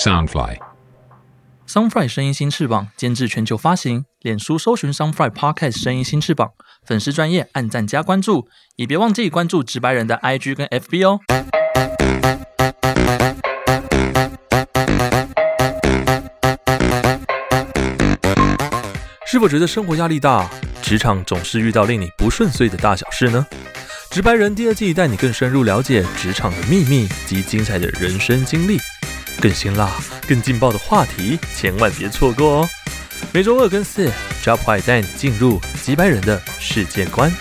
Soundfly 声音新翅膀监制全球发行，脸书搜寻 Soundfly Podcast 声音新翅膀，粉丝专页按赞加关注，也别忘记关注直白人的 IG 跟 FB 哦。是否觉得生活压力大，职场总是遇到令你不顺遂的大小事呢？直白人第二季带你更深入了解职场的秘密及精彩的人生经历，更辛辣、更劲爆的话题，千万别错过哦！每周2跟4 ，Job 坏带你进入直白人的世界观。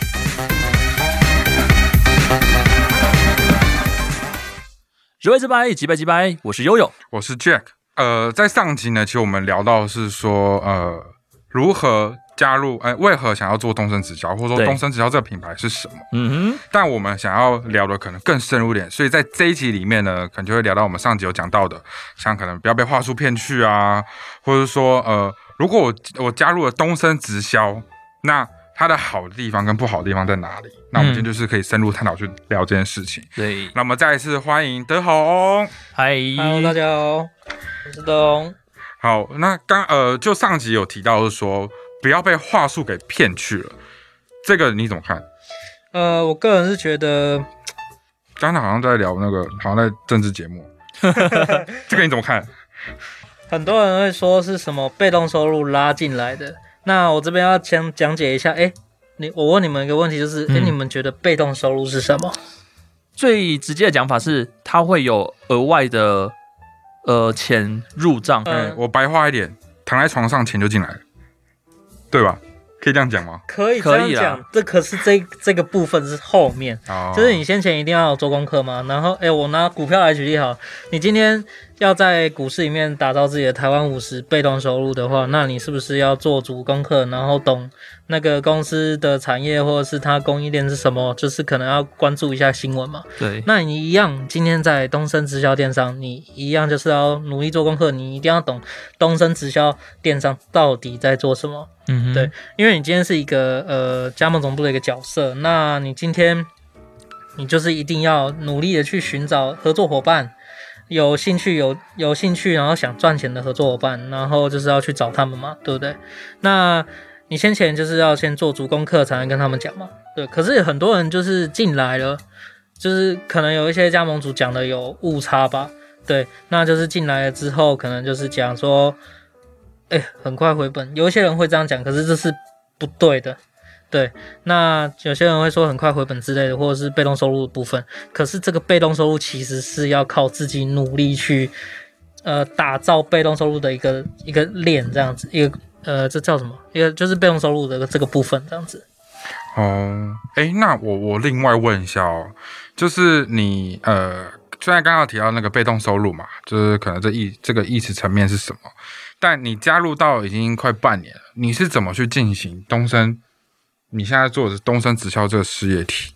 直白直白，直白直白，我是悠悠， 我是 Jack。在上集呢，其实我们聊到的是说，如何加入，为何想要做东森直销，或者说东森直销这个品牌是什么？但我们想要聊的可能更深入一点，所以在这一集里面呢，可能就会聊到我们上集有讲到的，像可能不要被话术骗去啊，或者说，如果我加入了东森直销，那它的好的地方跟不好的地方在哪里？那我们今天就是可以深入探讨去聊这件事情。 对， 那我们再一次欢迎德宏。 嗨 ，Hello， 大家好，我是德宏。 好，那就上集有提到是说不要被话术给骗去了，这个你怎么看？ 我个人是觉得， 刚才好像在聊那个，好像在政治节目，这个你怎么看？ 很多人会说是什么被动收入拉进来的，那我这边要讲解一下。我问你们一个问题，就是你们觉得被动收入是什么？ 最直接的讲法是，它会有额外的钱入账。 我白话一点，躺在床上钱就进来了，对吧？可以这样讲吗？ 可以这样讲，这可是这个部分是后面，就是你先前一定要有做功课嘛。然后，我拿股票来举例好，你今天要在股市里面打造自己的台湾50被动收入的话，那你是不是要做足功课，然后懂那个公司的产业或者是它供应链是什么？就是可能要关注一下新闻嘛。 对， 那你一样，今天在东森直销电商，你一样就是要努力做功课，你一定要懂东森直销电商到底在做什么。对，因为你今天是一个加盟总部的一个角色，那你今天你就是一定要努力的去寻找合作伙伴，有兴趣，然后想赚钱的合作伙伴，然后就是要去找他们嘛，对不对？那你先前就是要先做足功课才能跟他们讲嘛，对。可是很多人就是进来了，就是可能有一些加盟主讲的有误差吧，对，那就是进来了之后，可能就是讲说，很快回本，有一些人会这样讲，可是这是不对的，对。那有些人会说很快回本之类的，或者是被动收入的部分，可是这个被动收入其实是要靠自己努力去打造被动收入的一个链这样子，一个这叫什么？一个就是被动收入的这个部分这样子。 那我另外问一下哦，就是你虽然刚刚提到那个被动收入嘛，就是可能这个意识层面是什么？但你加入到已经快半年了，你是怎么去进行东森？你现在做的是东森直销这个事业体？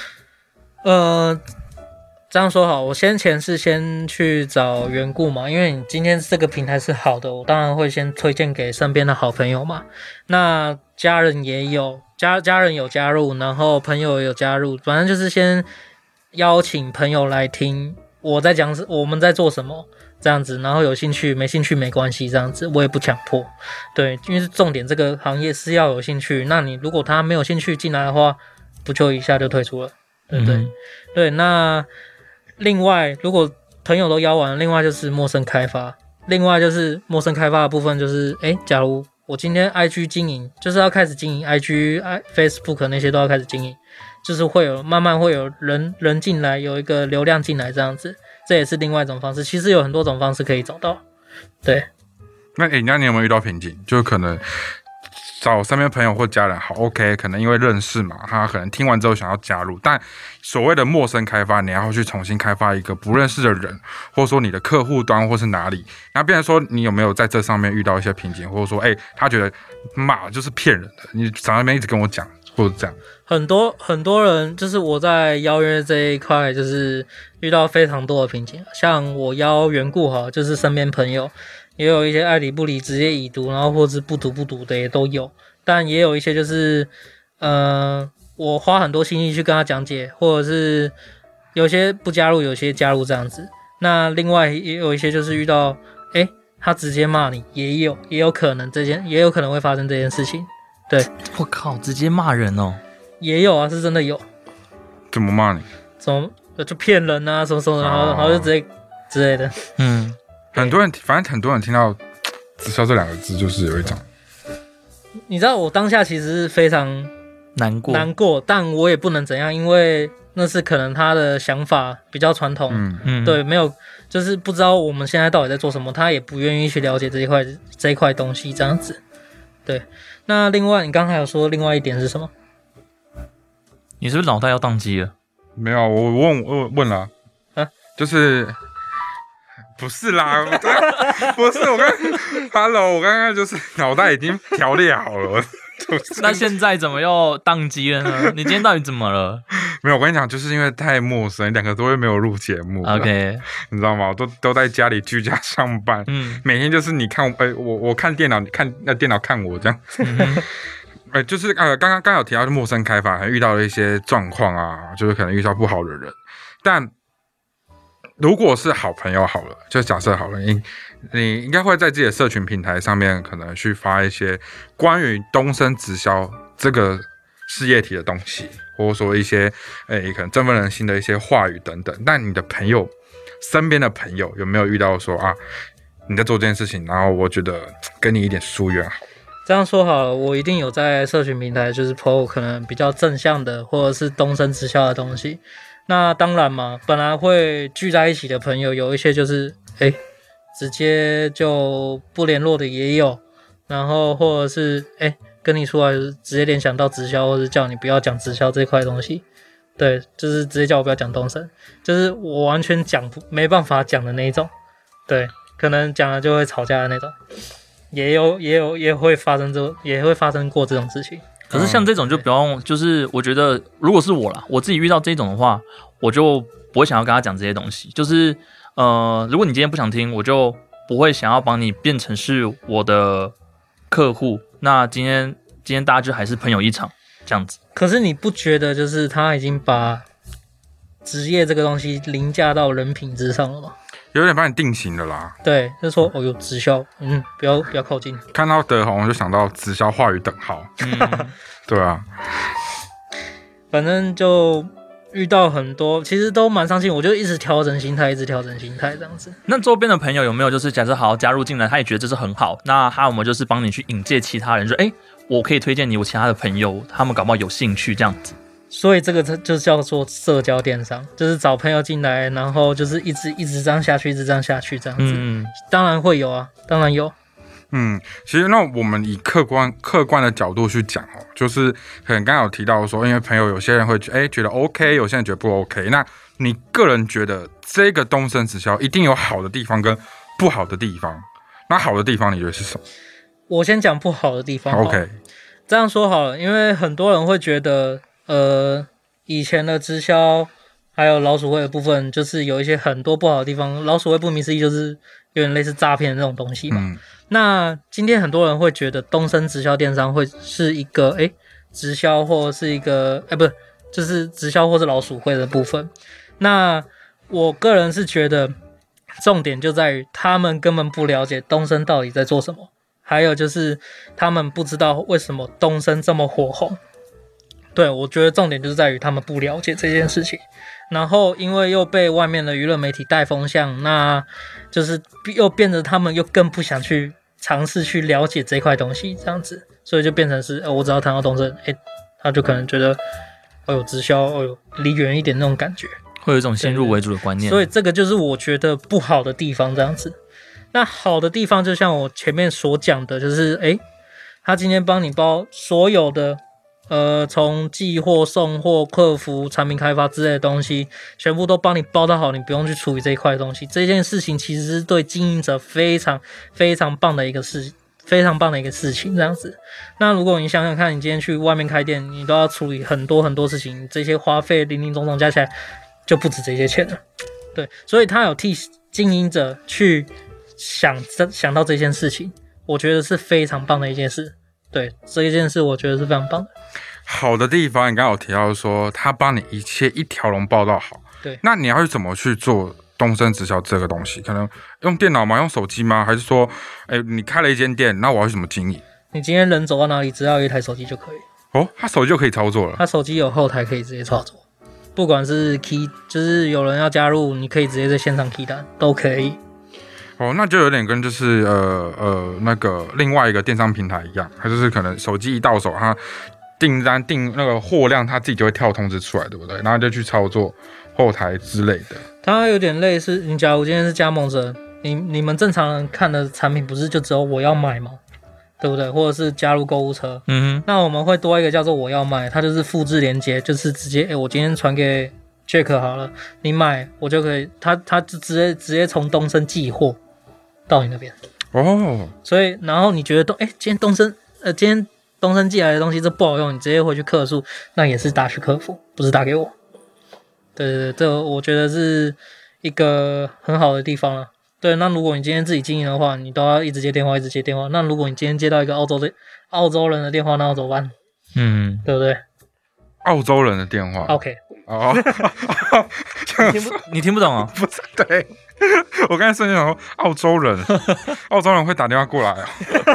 这样说好，我先前是先去找缘故嘛，因为你今天这个平台是好的，我当然会先推荐给身边的好朋友嘛。那家人也有，家人有加入，然后朋友也有加入，反正就是先邀请朋友来听我在讲我们在做什么。这样子，然后有兴趣没兴趣没关系，这样子我也不强迫，对，因为重点这个行业是要有兴趣，那你如果他没有兴趣进来的话，不就一下就退出了，对不对？对，那另外如果朋友都邀完，另外就是陌生开发，另外就是陌生开发的部分就是，假如我今天 IG 经营，就是要开始经营 IG、Facebook 那些都要开始经营，就是慢慢会有人进来，有一个流量进来这样子。这也是另外一种方式，其实有很多种方式可以找到。对， 那你有没有遇到瓶颈？就可能找身边朋友或家人好 OK， 可能因为认识嘛，他可能听完之后想要加入，但所谓的陌生开发，你要去重新开发一个不认识的人，或者说你的客户端或是哪里，那变成说你有没有在这上面遇到一些瓶颈，或者说他觉得就是骗人的，你在那边一直跟我讲，或者这样。 很多人就是我在邀约这一块，就是遇到非常多的瓶颈。像我邀缘故哈，就是身边朋友也有一些爱理不理，直接已读，然后或是不读的也都有。但也有一些就是我花很多心力去跟他讲解，或者是有些不加入，有些加入这样子。 那另外也有一些就是遇到，他直接骂你，也有可能会发生这件事情。对， 我靠，直接骂人哦， 也有啊，是真的有。 怎么骂你？ 怎么就骗人啊，什么什么，然后就直接之类的。 很多人听到直销这2个字，就是有一种， 你知道我当下其实是非常难过，但我也不能怎样，因为那是可能他的想法比较传统，对，没有，就是不知道我们现在到底在做什么，他也不愿意去了解这一块东西，这样子。对，那另外你刚才有说另外一点是什么？ 你是不是脑袋要宕机了？ 没有，我问了啊，就是不是啦，不是我刚刚就是脑袋已经调列好了。 那现在怎么又宕机了呢？你今天到底怎么了？ 没有，我跟你讲，就是因为太陌生，2个多月没有录节目 ，OK， 你知道吗？我都在家里居家上班，每天就是你看我看电脑，你看那电脑看我这样。就是刚刚有提到陌生开发，还遇到了一些状况啊，就是可能遇到不好的人，但如果是好朋友好了，就假设好了，你应该会在自己的社群平台上面可能去发一些关于东升直销这个事业体的东西，或者说一些可能振奋人心的一些话语等等。但你的朋友身边的朋友有没有遇到说啊你在做这件事情，然后我觉得跟你一点疏远好？ 这样说好了，我一定有在社群平台就是 po 可能比较正向的或者是东升直销的东西。那当然嘛，本来会聚在一起的朋友有一些就是直接就不联络的也有，然后或者是跟你出来直接联想到直销，或者叫你不要讲直销这块东西。对，就是直接叫我不要讲东升，就是我完全没办法讲的那一种。对，可能讲了就会吵架的那种。也会发生过这种事情。 可是像这种就不用，就是我觉得如果是我啦，我自己遇到这种的话，我就不会想要跟他讲这些东西。就是如果你今天不想听，我就不会想要帮你变成是我的客户。那今天大家就还是朋友一场这样子。 可是你不觉得就是他已经把职业这个东西凌驾到人品之上了吗？ 有点把你定型了啦。 对，就是说有直销，不要靠近。 看到德宏就想到直销话语等号。对啊， 反正就遇到很多，其实都蛮伤心，我就一直调整心态这样子。 那周边的朋友有没有就是假设好加入进来，他也觉得这是很好，那他有没有就是帮你去引荐其他人，说我可以推荐你我其他的朋友，他们搞不好有兴趣这样子。 所以这个就叫做社交电商，就是找朋友进来，然后就是一直这样下去，一直这样下去这样子。当然会有啊，当然有。 其实那我们以客观的角度去讲就是可能刚刚有提到说，因为朋友有些人会觉得 OK， 有些人觉得不 OK。那你个人觉得这个东升直销一定有好的地方跟不好的地方，那好的地方你觉得是什么？ 我先讲不好的地方。 OK， 这样说好了，因为很多人会觉得以前的直销还有老鼠会的部分，就是有一些很多不好的地方。老鼠会顾名思义就是有点类似诈骗的这种东西嘛。那今天很多人会觉得东升直销电商会是一个直销或是一个不是，就是直销或是老鼠会的部分。那我个人是觉得重点就在于他们根本不了解东升到底在做什么，还有就是他们不知道为什么东升这么火红。对，我觉得重点就是在于他们不了解这件事情，然后因为又被外面的娱乐媒体带风向，那就是又变得他们又更不想去尝试去了解这块东西，这样子，所以就变成是我只要谈到东升，他就可能觉得有直销，离远一点那种感觉， 会有一种先入为主的观念。 所以这个就是我觉得不好的地方，这样子。那好的地方就像我前面所讲的，就是他今天帮你包所有的从寄货、送货、客服、产品开发之类的东西，全部都帮你包得好，你不用去处理这一块东西。这件事情其实是对经营者非常非常棒的一个事情，这样子。那如果你想想看，你今天去外面开店，你都要处理很多很多事情，这些花费零零总总加起来就不止这些钱了。对，所以他有替经营者去想到这件事情，我觉得是非常棒的一件事。对，这一件事我觉得是非常棒的。 好的地方，你刚刚有提到说他帮你一切一条龙报道好。 对， 那你要怎么去做东森直销这个东西？可能用电脑吗？用手机吗？还是说，你开了一间店，那我要怎么经营？ 你今天人走到哪里，只要有一台手机就可以。 哦，他手机就可以操作了。 他手机有后台可以直接操作，不管是 key， 就是有人要加入，你可以直接在线上 key 单都可以。 哦，那就有点跟就是那个另外一个电商平台一样，它就是可能手机一到手，它订单订那个货量，它自己就会跳通知出来，对不对？然后就去操作后台之类的。它有点类似，你假如今天是加盟者，你们正常人看的产品不是就只有我要买吗？对不对？或者是加入购物车，那我们会多一个叫做我要买，它就是复制连结，就是直接，我今天传给 Jack 好了，你买我就可以，他就直接从东森寄货到你那边。哦，所以然后你觉得今天东森寄来的东西这不好用，你直接回去客诉，那也是打去客服，不是打给我。对，这我觉得是一个很好的地方了。对，那如果你今天自己经营的话，你都要一直接电话，一直接电话。那如果你今天接到一个澳洲人的电话，那要怎么办？对不对？ 澳洲人的电话 ，OK。 哦， 你听不懂啊？ 不是，对，我刚才瞬间想说澳洲人会打电话过来啊。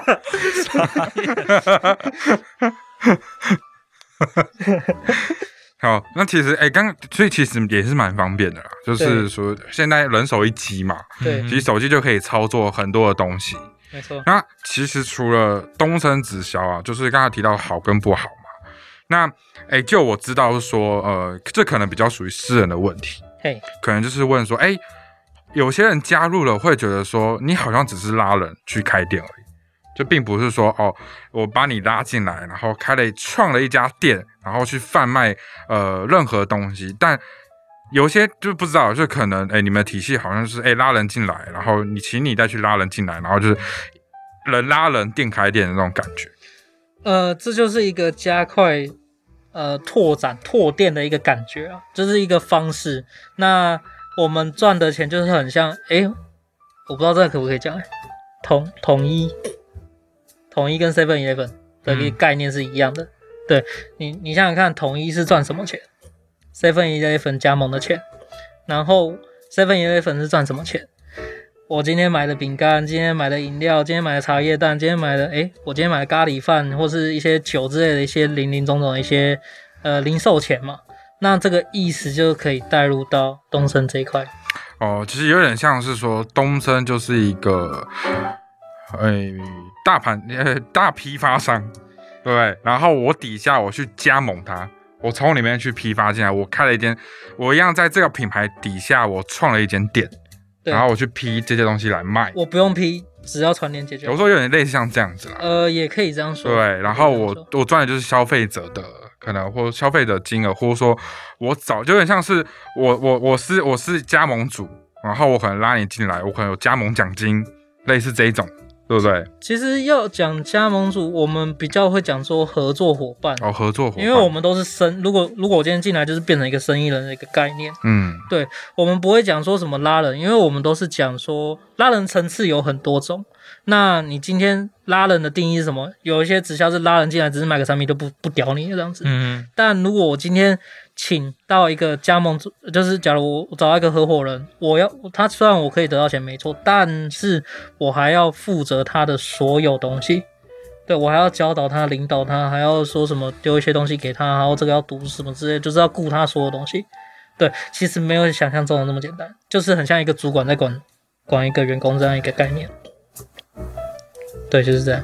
好，那其实所以其实也是蛮方便的啦，就是说现在人手一机嘛， 对， 其实手机就可以操作很多的东西， 没错。 那其实除了东森直销啊，就是刚才提到好跟不好嘛，那就我知道是说，这可能比较属于私人的问题，可能就是问说，有些人加入了会觉得说，你好像只是拉人去开店而已。就并不是说我把你拉进来，然后创了一家店，然后去贩卖任何东西。但有些就不知道，就可能你们的体系好像是拉人进来，然后请你再去拉人进来，然后就是人拉人店开店的那种感觉。 这就是一个加快拓展拓店的一个感觉啊，这是一个方式。那我们赚的钱就是很像我不知道这个可不可以讲统一跟 7-Eleven 的一个概念是一样的，对，你想想看，统一是赚什么钱 ？7-Eleven 加盟的钱，然后 7-Eleven 是赚什么钱？我今天买的饼干，今天买的饮料，今天买的茶叶蛋，今天买的我今天买的咖喱饭，或是一些酒之类的一些零零总总的一些零售钱嘛，那这个意思就可以带入到东森这一块。 其实有点像是说东森就是一个大批发商，对不对？然后我底下我去加盟它，我从里面去批发进来，我开了一间，我一样在这个品牌底下我创了一间店，然后我去批这些东西来卖。 我不用批，只要传链接就好。 有时候有点类似像这样子啦。 也可以这样说。 对，然后我赚的就是消费者的可能或消费者金额，或者说我就有点像是我是加盟主，然后我可能拉你进来，我可能有加盟奖金，类似这一种。对不对？ 其实要讲加盟主，我们比较会讲说合作伙伴。 合作伙伴， 因为我们都是如果我今天进来就是变成一个生意人的一个概念。对，我们不会讲说什么拉人，因为我们都是讲说拉人层次有很多种。那你今天拉人的定义是什么？有一些直销是拉人进来只是买个产品都不屌你这样子。但如果我今天请到一个加盟主，就是假如我找到一个合伙人，他虽然我可以得到钱没错，但是我还要负责他的所有东西。对，我还要教导他，领导他，还要说什么丢一些东西给他，然后这个要读什么之类，就是要顾他所有东西。对，其实没有想象中的那么简单，就是很像一个主管在管一个员工这样一个概念。对，就是这样。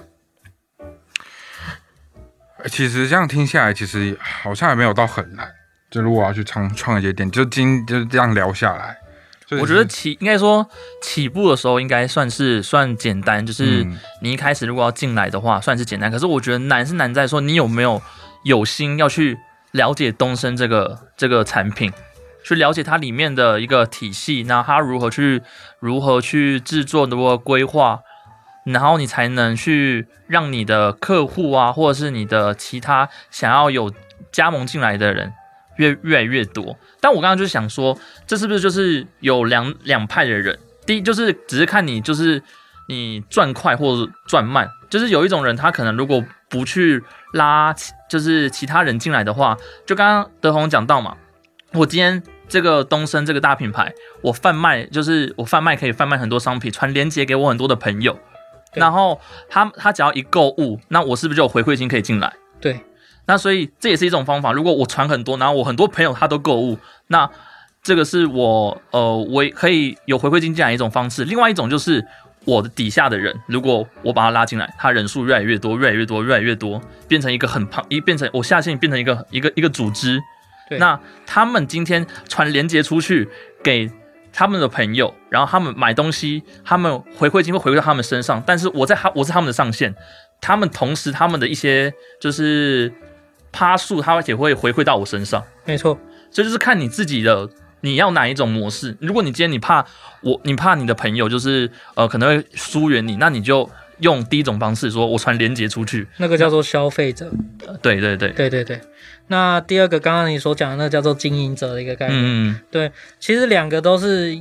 其实这样听下来，其实好像也没有到很难。就如果要去创一些店，就这样聊下来， 我觉得应该说起步的时候应该算简单，就是你一开始如果要进来的话，算是简单。可是我觉得难是难在说你有没有心要去了解东森这个产品，去了解它里面的一个体系，然后它如何去制作，如何规划。然后你才能去让你的客户啊，或者是你的其他想要有加盟进来的人越来越多。但我刚刚就是想说，这是不是就是有两派的人？第一就是只是看你就是你赚快或者赚慢，就是有一种人他可能如果不去拉就是其他人进来的话，就刚刚德宏讲到嘛，我今天这个东升这个大品牌，我贩卖可以贩卖很多商品，传连结给我很多的朋友，然后他只要一购物，那我是不是就有回馈金可以进来？ 对， 那所以这也是一种方法。如果我传很多，然后我很多朋友他都购物，那这个是我可以有回馈金进来一种方式。另外一种就是我的底下的人，如果我把他拉进来，他人数越来越多，越来越多，越来越多，变成一个很胖，变成我下线变成一个组织。那他们今天传连结出去给他们的朋友，然后他们买东西，他们回馈金会回馈到他们身上，但是我是他们的上线，他们同时他们的一些就是趴数，他也会回馈到我身上。 没错， 这就是看你自己的。你要哪一种模式？如果你今天你怕你的朋友就是可能会疏远你，那你就用第一种方式，说我传连结出去， 那个叫做消费者。 对。 那第二个刚刚你所讲的那个叫做经营者的一个概念。对，其实两个都是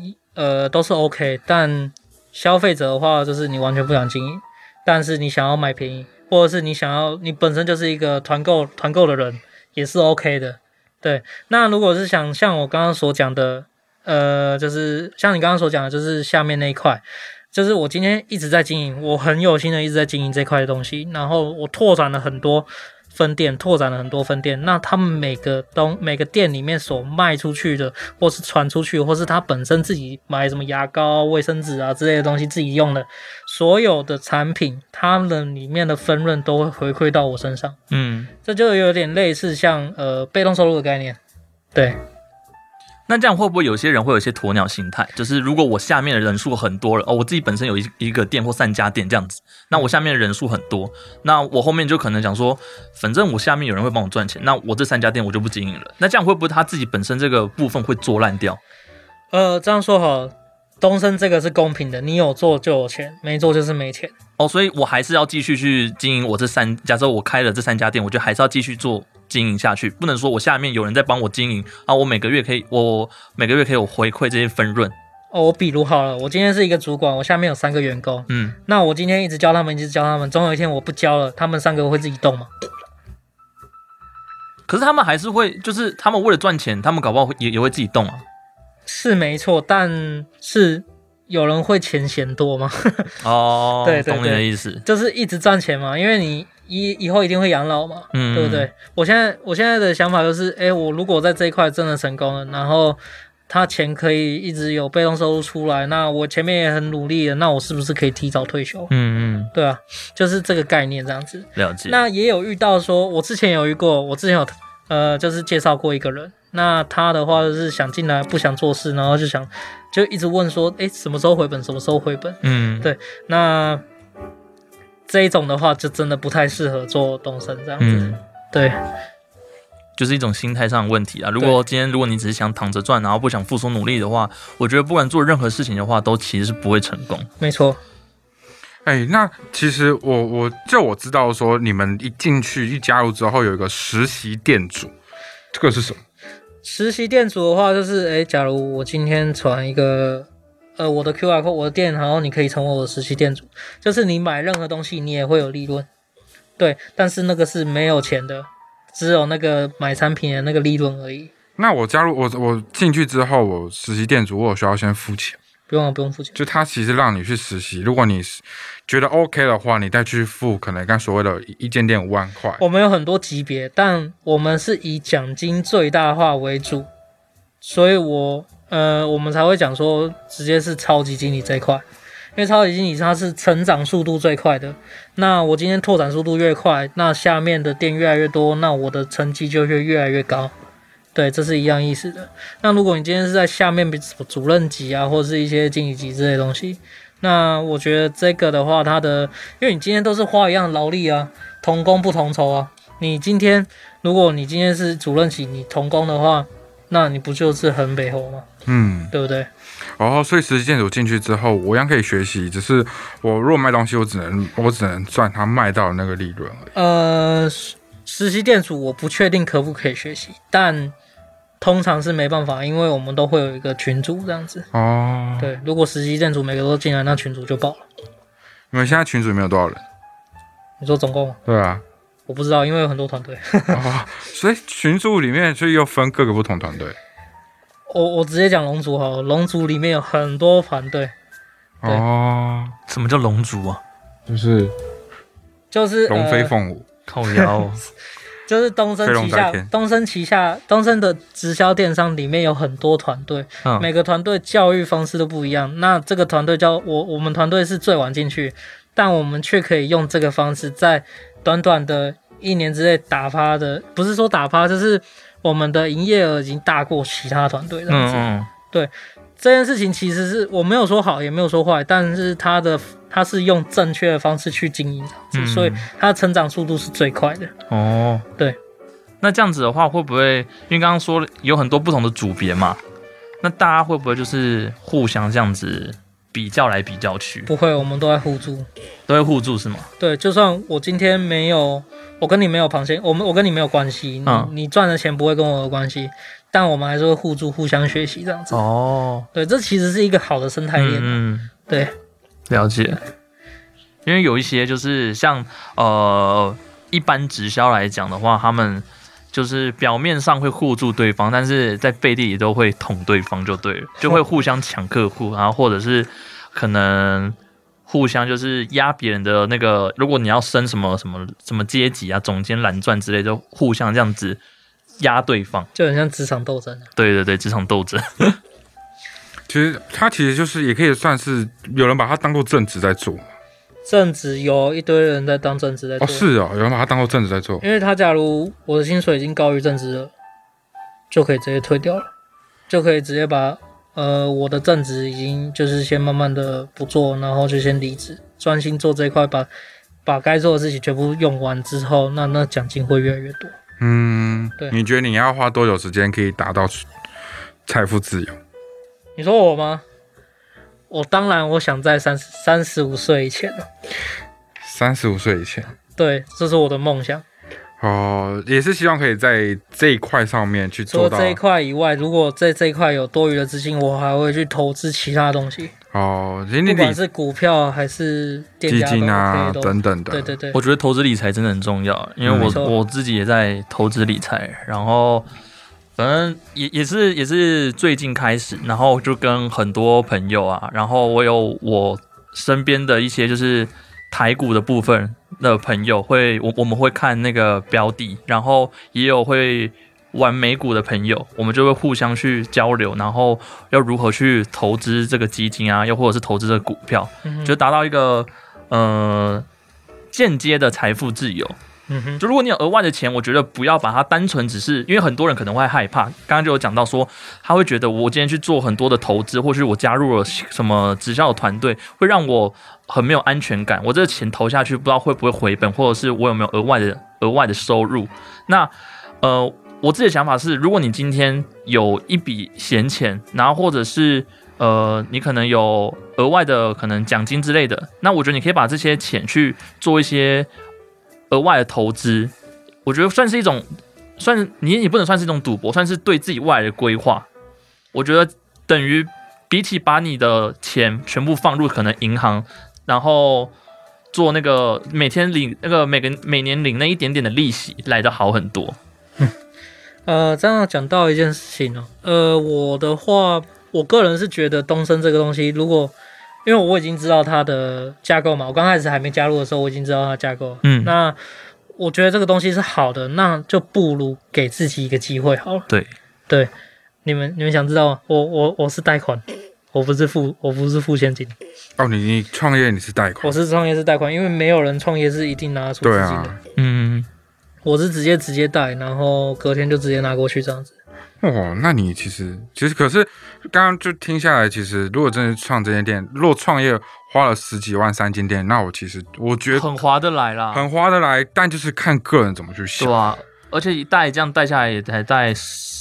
OK， 但消费者的话就是你完全不想经营，但是你想要买便宜，或者是你本身就是一个团购的人，也是 OK 的。对，那如果是像我刚刚所讲的，就是像你刚刚所讲的，就是下面那一块，就是我今天一直在经营，我很有心的一直在经营这块的东西，然后我拓展了很多分店，那他们每个店里面所卖出去的，或是传出去，或是他本身自己买什么牙膏、卫生纸啊之类的东西自己用的，所有的产品，他们里面的分润都会回馈到我身上。这就有点类似像被动收入的概念。对。 那这样会不会有些人会有一些鸵鸟心态？就是如果我下面的人数很多了，我自己本身有一个店或3家店这样子，那我下面的人数很多，那我后面就可能讲说，反正我下面有人会帮我赚钱，那我这3家店我就不经营了。那这样会不会他自己本身这个部分会做烂掉？ 这样说好了，东升这个是公平的，你有做就有钱，没做就是没钱。 所以我还是要继续去经营我假设我开了这3家店，我就还是要继续做经营下去，不能说我下面有人在帮我经营啊，我每个月可以有回馈这些分润。 我比如好了，我今天是一个主管，我下面有3个员工，那我今天一直教他们，总有一天我不教了，他们3个会自己动吗？ 可是他们还是会，就是他们为了赚钱，他们搞不好也会自己动啊。 是没错，但是有人会钱嫌多吗？对， 懂你的意思， 就是一直赚钱嘛，因为你以后一定会养老嘛，对不对？我现在的想法就是，我如果在这一块真的成功了，然后他钱可以一直有被动收入出来，那我前面也很努力了，那我是不是可以提早退休？对啊，就是这个概念这样子。 了解。 那也有遇到说，我之前有就是介绍过一个人。那他的话就是想进来不想做事，然后就一直问说，什么时候回本？对，那这一种的话就真的不太适合做东升这样子。对， 就是一种心态上的问题啊。如果你只是想躺着赚，然后不想付出努力的话，我觉得不管做任何事情的话，都其实是不会成功。 没错。 那其实我知道说，你们一加入之后有一个实习店主，这个是什么？ 实习店主的话，就是假如我今天传一个我的 QR code， 我的店，然后你可以成为我的实习店主，就是你买任何东西你也会有利润，对，但是那个是没有钱的，只有那个买产品的那个利润而已。 那我加入我进去之后，我实习店主我有需要先付钱？ 不用付钱， 就他其实让你去实习，如果你觉得 OK 的话，你再去付可能刚所谓的一间店5万块。 我们有很多级别，但我们是以奖金最大化为主，所以我们才会讲说直接是超级经理这一块，因为超级经理它是成长速度最快的。那我今天拓展速度越快，那下面的店越来越多，那我的成绩就会越来越高。对，这是一样意思的。那如果你今天是在下面主任级啊，或者是一些经理级之类的东西，那我觉得这个的话，因为你今天都是花一样的劳力啊，同工不同酬啊。如果你今天是主任级，你同工的话，那你不就是很北侯吗？对不对？ 所以实习店主进去之后，我一样可以学习，只是我如果卖东西，我只能赚他卖到的那个利润而已。 实习店主我不确定可不可以学习，但通常是没办法，因为我们都会有一个群组这样子。对，如果实习店主每个都进来，那群组就爆了。 你们现在群组里面有多少人？ 你说总共吗？ 对啊， 我不知道，因为有很多团队。 所以群组里面又分各个不同团队。 我直接讲龙族好了，龙族里面有很多团队。 哦，什么叫龙族啊？ 就是龙飞凤舞， 靠腰。 就是东升旗下东升的直销电商里面有很多团队，每个团队教育方式都不一样。那这个团队我们团队是最晚进去，但我们却可以用这个方式在短短的1年之内打趴的，不是说打趴，就是我们的营业额已经大过其他团队这样子。对，这件事情其实是我没有说好也没有说坏，但是他是用正确的方式去经营这样子，所以他的成长速度是最快的。 哦， 对。 那这样子的话，会不会因为刚刚说有很多不同的组别嘛？那大家会不会就是互相这样子比较来比较去？ 不会，我们都在互助。 都会互助是吗？ 对，就算我今天没有，我跟你没有螃蟹，我跟你没有关系，你赚的钱不会跟我有关系，但我们还是会互助、互相学习这样子。 哦， 对，这其实是一个好的生态链。对， 了解。因为有一些就是像一般直销来讲的话，他们就是表面上会互助对方，但是在背地里都会捅对方就对了，就会互相抢客户，然后或者是可能互相就是压别人的那个，如果你要升什么阶级啊，总监、蓝钻之类，就互相这样子压对方， 就很像职场斗争。 对对对，职场斗争。 其实就是也可以算是有人把它当做正职在做。 正职有一堆人在当正职在做。 是哦，有人把它当做正职在做。 因为他假如我的薪水已经高于正职了，就可以直接退掉了，就可以直接把我的正职已经就是先慢慢的不做，然后就先离职，专心做这一块，把该做的事情全部用完之后，那奖金会越来越多。对。 你觉得你要花多久时间可以达到财富自由？ 你说我吗？我想在35岁以前。 35岁以前。 对，这是我的梦想。 也是希望可以在这一块上面去做到。 除了这一块以外，如果在这一块有多余的资金，我还会去投资其他东西。不管是股票还是店家基金啊等等的。 对对对， 我觉得投资理财真的很重要，因为我自己也在投资理财，然后反正也是最近开始，然后就跟很多朋友啊，然后我有我身边的一些就是台股的部分的朋友我们会看那个标的，然后也有会玩美股的朋友，我们就会互相去交流，然后要如何去投资这个基金啊，又或者是投资这个股票，就达到一个间接的财富自由。就如果你有额外的钱，我觉得不要把它单纯只是，因为很多人可能会害怕，刚刚就有讲到说，他会觉得我今天去做很多的投资，或是我加入了什么直销的团队，会让我很没有安全感。我这个钱投下去，不知道会不会回本，或者是我有没有额外的收入。那我自己的想法是，如果你今天有一笔闲钱，然后或者是你可能有额外的可能奖金之类的，那我觉得你可以把这些钱去做一些额外的投资，我觉得算是一种，你不能算是一种赌博，算是对自己未来的规划。我觉得等于比起把你的钱全部放入可能银行，然后做那个每天领那个每年领那一点点的利息来得好很多。 这样讲到一件事情我的话，我个人是觉得东升这个东西，如果因为我已经知道它的架构嘛，我刚开始还没加入的时候，我已经知道它的架构。那我觉得这个东西是好的，那就不如给自己一个机会好了。对，你们想知道吗？我是贷款，我不是付现金。 你创业你是贷款？ 我是创业是贷款，因为没有人创业是一定拿得出资金的。我是直接贷，然后隔天就直接拿过去这样子。 那你其实可是刚刚就听下来，其实如果真的创这间店，如果创业花了10几万3间店，那我觉得很划得来啦， 很划得来，但就是看个人怎么去想。 对啊，而且这样贷下来也才贷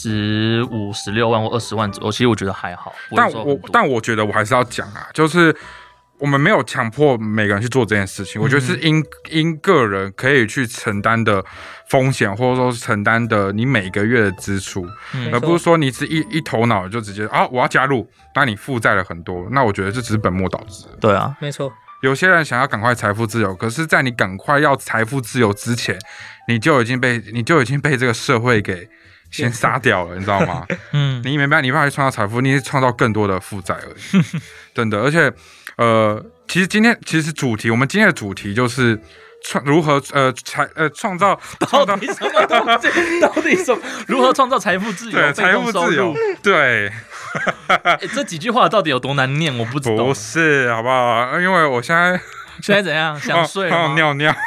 15、16万或20万左右，其实我觉得还好。 但我觉得我还是要讲啊，就是我们没有强迫每个人去做这件事情，我觉得是因个人可以去承担的风险，或者说是承担的你每个月的支出，而不是说你是一头脑就直接我要加入，那你负债了很多，那我觉得这只是本末倒置。 对啊， 没错。 有些人想要赶快财富自由，可是在你赶快要财富自由之前，你就已经被这个社会给先杀掉了，你知道吗？你没办法去创造财富，你是创造更多的负债而已，真的。而且其实我们今天的主题就是如何创造到底什么东西？到底什么？如何创造财富自由？ 对，财富自由，对。 这几句话到底有多难念？我不知道。 不是，好不好？因为我现在怎样？想睡了吗？ 尿尿。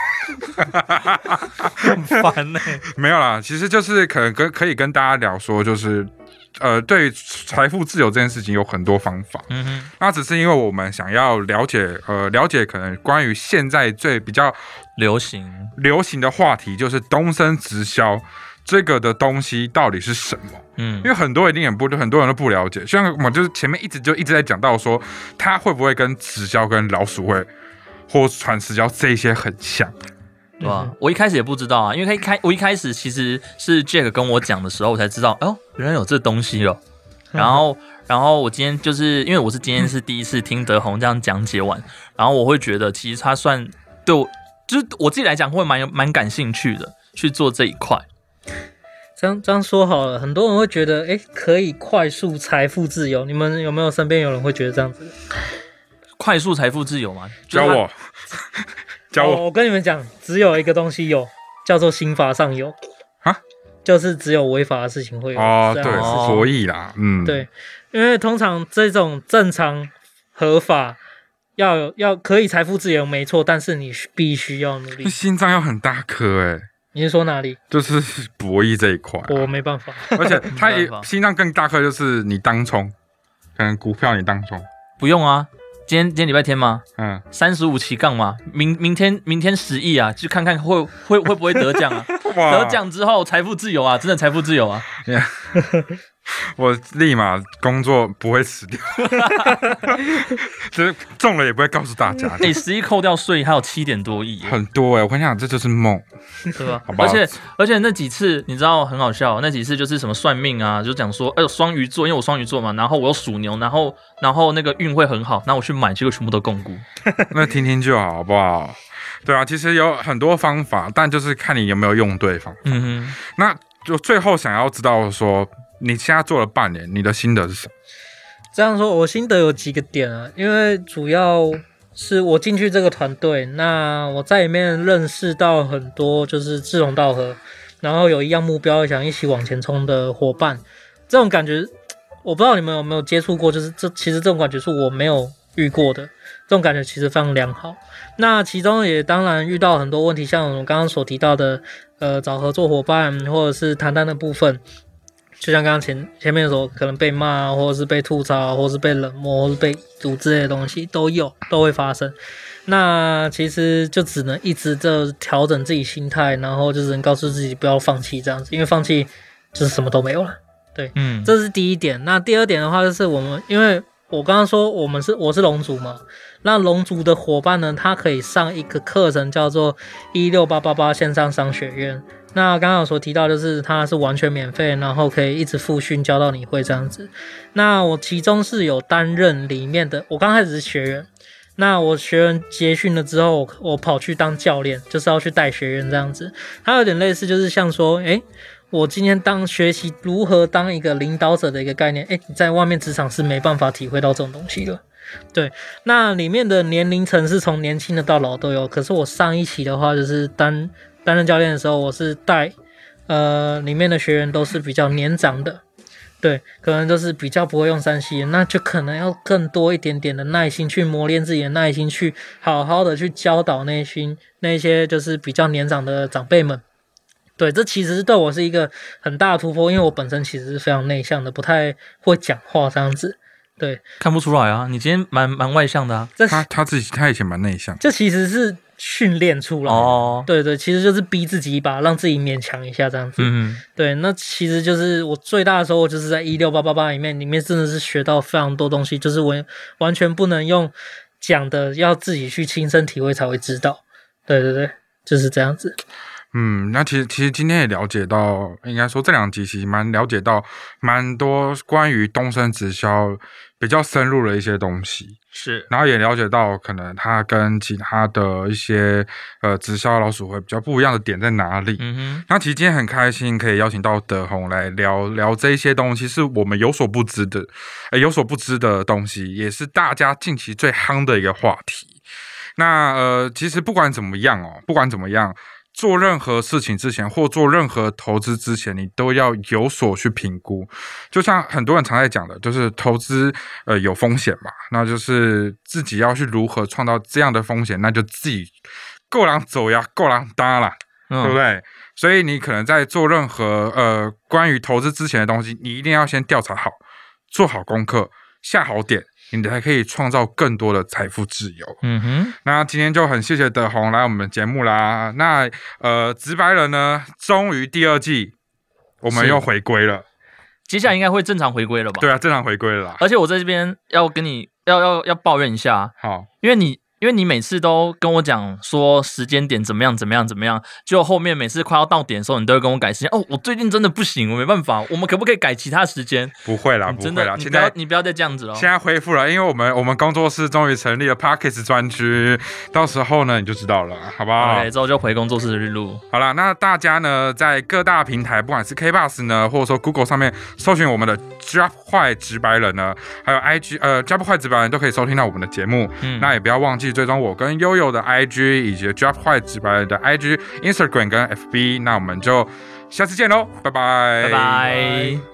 很烦呢。 没有啦，其实就是可以跟大家聊说，就是对于财富自由这件事情有很多方法。那只是因为我们想要了解可能关于现在最比较流行的话题，就是东升直销这个的东西到底是什么？因为很多人都不了解。像我们就是前面一直在讲到说，它会不会跟直销、跟老鼠会或传直销这些很像？ 对吧？我一开始也不知道啊，因为我一开始其实是 Jack 跟我讲的时候，我才知道，原来有这东西了。然后我今天就是因为今天是第一次听德宏这样讲解完，然后我会觉得其实他算对我，就是我自己来讲会蛮感兴趣的去做这一块。 这样说好了，很多人会觉得，可以快速财富自由。你们有没有身边有人会觉得这样子？ 快速财富自由吗？ 教我。 我跟你们讲，只有一个东西有，叫做刑法上有啊， 就是只有违法的事情会有对，所以啦， 对，因为通常这种正常合法要可以财富自由没错，但是你必须要努力。 心脏要很大颗你是说哪里？ 就是博弈这一块， 我没办法。 而且他心脏更大颗，就是你当冲，可能股票你当冲不用啊。今天礼拜天吗？35期杠嘛，明天10亿啊，去看看会不会得奖啊？得奖之后财富自由啊，真的财富自由啊！ 我立马工作不会辞掉，就是中了也不会告诉大家。 10亿扣掉税还有7点多亿， 很多我跟你讲，这就是梦， 对吧？而且那几次你知道很好笑，那几次就是什么算命啊，就讲说，双鱼座，因为我双鱼座嘛，然后我又属牛，然后那个运会很好，那我去买，结果全部都共估。 那听听就好，好不好？对啊，其实有很多方法，但就是看你有没有用对方法。那就最后想要知道说，你现在做了半年，你的心得是什么？ 这样说，我心得有几个点啊，因为主要是我进去这个团队，那我在里面认识到很多就是志同道合，然后有一样目标想一起往前冲的伙伴，这种感觉我不知道你们有没有接触过，就是其实这种感觉是我没有遇过的，这种感觉其实非常良好。那其中也当然遇到很多问题，像我们刚刚所提到的找合作伙伴或者是谈单的部分，就像刚刚前面的时候可能被骂或者是被吐槽或者是被冷漠或者是被堵之类的东西都会发生。那其实就只能一直就调整自己心态，然后就只能告诉自己不要放弃这样子，因为放弃就是什么都没有了。对，这是第一点。那第二点的话就是因为我刚刚说我是龙族嘛，那龙族的伙伴呢，他可以上一个课程叫做16888线上商学院。那刚刚所提到就是它是完全免费，然后可以一直复训教到你会这样子。那我其中是有担任里面的，我刚开始是学员，那我学员结训了之后，我跑去当教练，就是要去带学员这样子。它有点类似，就是像说，我今天学习如何当一个领导者的一个概念，你在外面职场是没办法体会到这种东西的。对，那里面的年龄层是从年轻的到老都有。可是我上一期的话，就是担任教练的时候，我是带里面的学员都是比较年长的，对，可能都是比较不会用3C，那就可能要更多一点点的耐心去磨练自己的耐心，去好好的去教导那些就是比较年长的长辈们。对，这其实对我是一个很大的突破，因为我本身其实是非常内向的，不太会讲话这样子。对， 看不出来啊，你今天蛮外向的啊。 他以前蛮内向， 这其实是训练出来的。对，其实就是逼自己一把，让自己勉强一下这样子。对，那其实就是我最大的收获，就是在16888里面真的是学到非常多东西，就是我完全不能用讲的，要自己去亲身体会才会知道。对，就是这样子。 那其实今天也了解到，应该说这2集其实蛮了解到蛮多关于东升直销比较深入的一些东西， 是， 然后也了解到可能它跟其他的一些直销老鼠会比较不一样的点在哪里。那其实今天很开心可以邀请到德宏来聊聊这一些东西，是我们有所不知的东西，也是大家近期最夯的一个话题。那其实不管怎么样，做任何事情之前或做任何投资之前，你都要有所去评估。就像很多人常在讲的，就是投资有风险嘛，那就是自己要去如何创造这样的风险，那就自己够人走呀，够人搭啦，对不对？所以你可能在做任何关于投资之前的东西，你一定要先调查好，做好功课，下好点，你才可以创造更多的财富自由。那今天就很谢谢德宏来我们节目啦。那直白人呢，终于第2季我们又回归了， 接下来应该会正常回归了吧？ 对啊，正常回归了啦。 而且我在这边要跟你要抱怨一下， 好， 因为你每次都跟我讲说时间点怎么样，结果后面每次快要到点的时候，你都会跟我改时间。我最近真的不行，我没办法，我们可不可以改其他时间？ 不会啦， 真的，你不要再这样子了。 现在恢复了，因为我们工作室终于成立了 Podcast 专区，到时候呢你就知道了，好不好？ 之后就回工作室去录。 好啦，那大家呢在各大平台，不管是 KBox 呢，或者说 Google 上面搜寻我们的 Drop 坏直白人呢，还有 IG Drop 坏直白人都可以收听到我们的节目。那也不要忘记追踪我跟悠悠的 IG 以及 Drop 坏直白人的 IG、Instagram 跟 FB。那我们就下次见喽，拜拜， 拜拜。